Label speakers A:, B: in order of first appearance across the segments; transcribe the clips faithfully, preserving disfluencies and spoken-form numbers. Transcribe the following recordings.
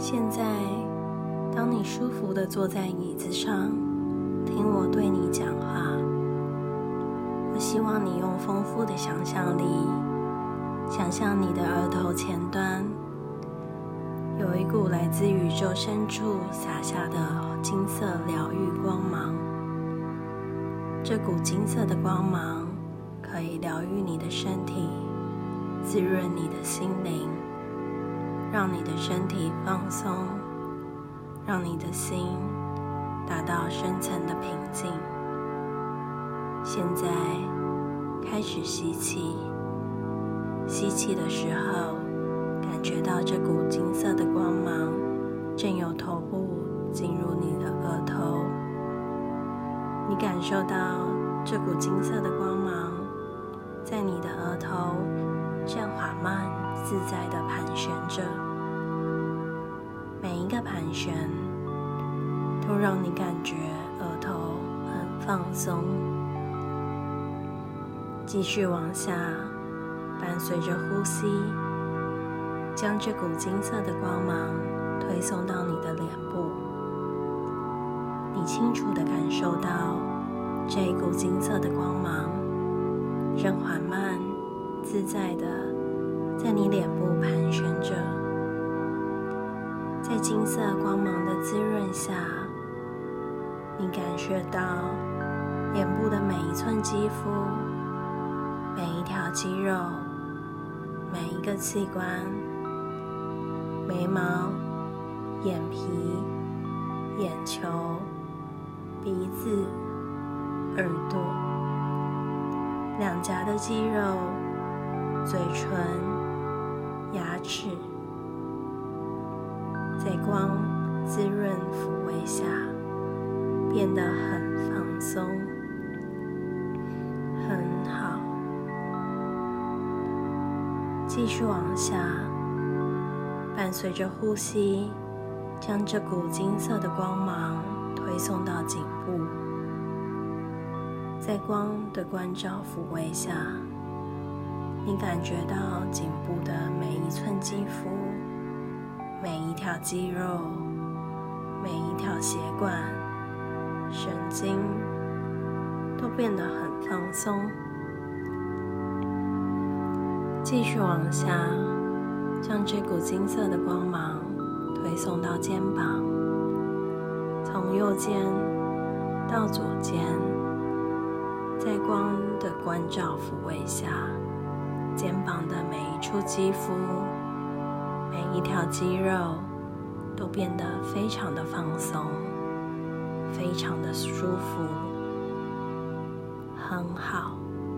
A: 现在，当你舒服地坐在椅子上，听我对你讲话，我希望你用丰富的想象力，想象你的额头前端有一股来自宇宙深处洒下的金色疗愈光芒。这股金色的光芒可以疗愈你的身体，滋润你的心灵，让你的身体放松，让你的心达到深层的平静。现在开始吸气，吸气的时候，感觉到这股金色的光芒正由头部进入你的额头。你感受到这股金色的光芒在你的额头正缓慢自在地盘旋着，每一个盘旋都让你感觉额头很放松。继续往下，伴随着呼吸，将这股金色的光芒推送到你的脸部。你清楚地感受到这一股金色的光芒正缓慢自在地在你脸部盘旋着。在金色光芒的滋润下，你感觉到脸部的每一寸肌肤，每一条肌肉，每一个器官，眉毛、眼皮、眼球、鼻子、耳朵、两颊的肌肉、嘴唇、牙齿，在光滋润抚慰下变得很放松，很好。继续往下，伴随着呼吸，将这股金色的光芒推送到颈部。在光的关照抚慰下，你感觉到颈部的每一寸肌肤，每一条肌肉，每一条血管、神经都变得很放松。继续往下，将这股金色的光芒推送到肩膀，从右肩到左肩，在光的关照抚慰下，肩膀的每一处肌肤，每一条肌肉都变得非常的放松，非常的舒服，很好。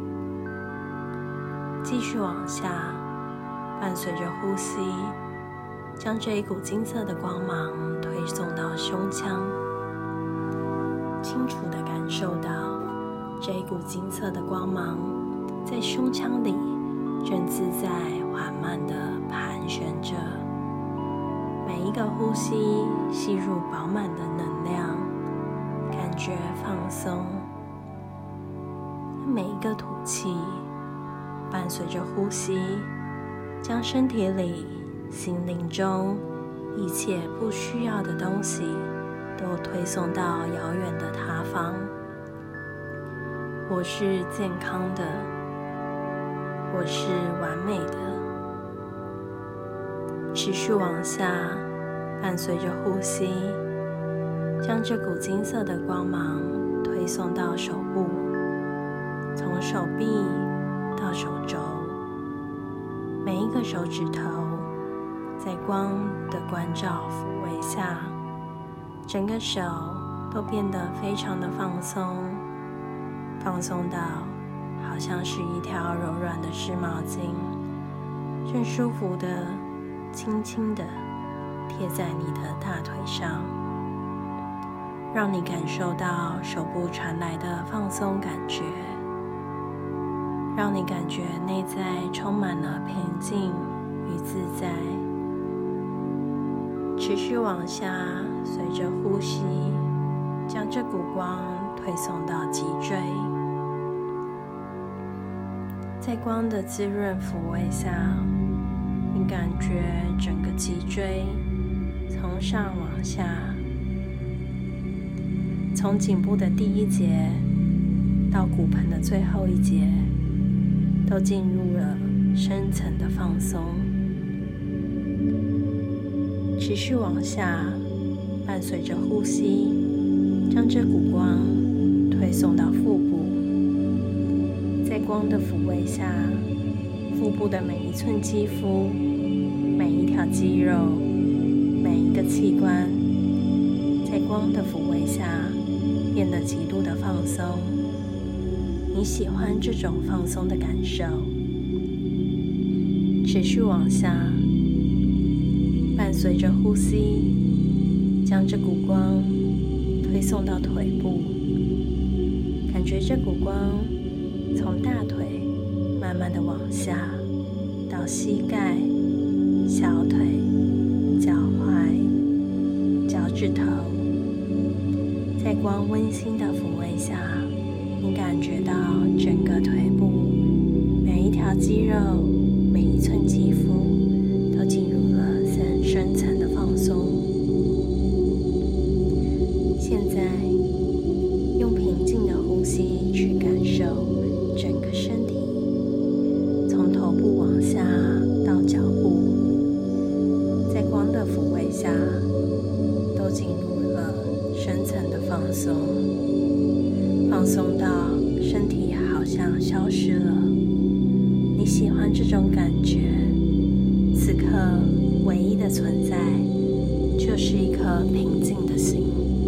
A: 继续往下，伴随着呼吸，将这一股金色的光芒推送到胸腔，清楚地感受到这一股金色的光芒在胸腔里正自在缓慢地盘旋着，每一个呼吸吸入饱满的能量，感觉放松。每一个吐气伴随着呼吸，将身体里、心灵中一切不需要的东西都推送到遥远的他方。我是健康的，我是完美的。持续往下，伴随着呼吸，将这股金色的光芒推送到手部，从手臂到手肘，每一个手指头在光的关照抚慰下，整个手都变得非常的放松，放松到好像是一条柔软的湿毛巾，正舒服的轻轻的贴在你的大腿上，让你感受到手部传来的放松感觉，让你感觉内在充满了平静与自在。持续往下，随着呼吸，将这股光推送到脊椎。在光的滋润抚慰下，你感觉整个脊椎从上往下，从颈部的第一节到骨盆的最后一节，都进入了深层的放松。持续往下，伴随着呼吸，将这股光推送到腹部。在光的抚慰下，腹部的每一寸肌肤、每一条肌肉、每一个器官，在光的抚慰下变得极度的放松。你喜欢这种放松的感受。持续往下，伴随着呼吸，将这股光推送到腿部，感觉这股光从大腿慢慢的往下，到膝盖、小腿、脚踝、脚趾头。在光温馨的抚慰下，你感觉到整个腿部每一条肌肉、每一寸肌肤都进入了更深层的放松。现在用平静的呼吸去感受整个身体，从头部往下到脚部，在光的抚慰下都进入了深层的放松，放松到身体好像消失了。你喜欢这种感觉，此刻唯一的存在就是一颗平静的心。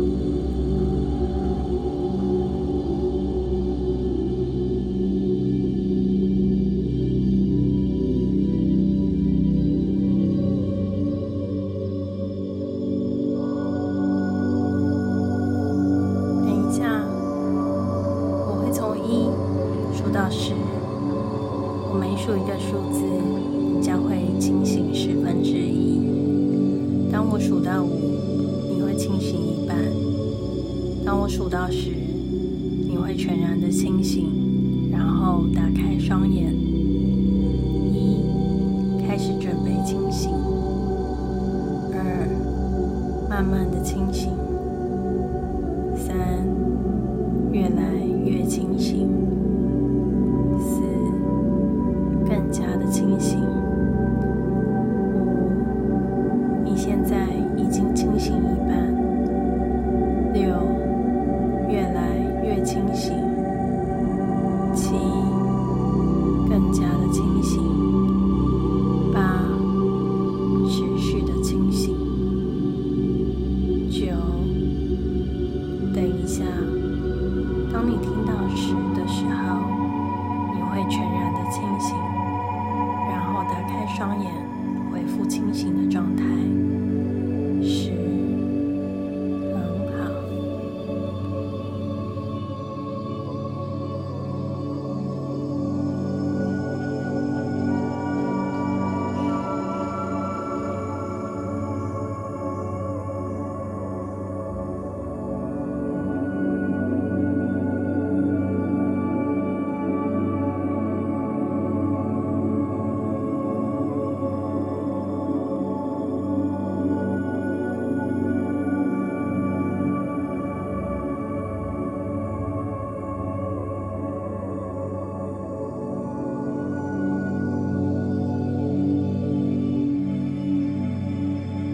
A: 到十，我每数一个数字，你将会清醒十分之一。当我数到五，你会清醒一半；当我数到十，你会全然的清醒，然后打开双眼。一，开始准备清醒；二，慢慢的清醒；三，越来越清醒。更加的清醒。五，你现在已经清醒一半。六，越来越清醒。七，更加的清醒。八，持续的清醒。九，等一下，当你听到十的时候，你会全然的清醒，然后打开双眼，恢复清醒的状态。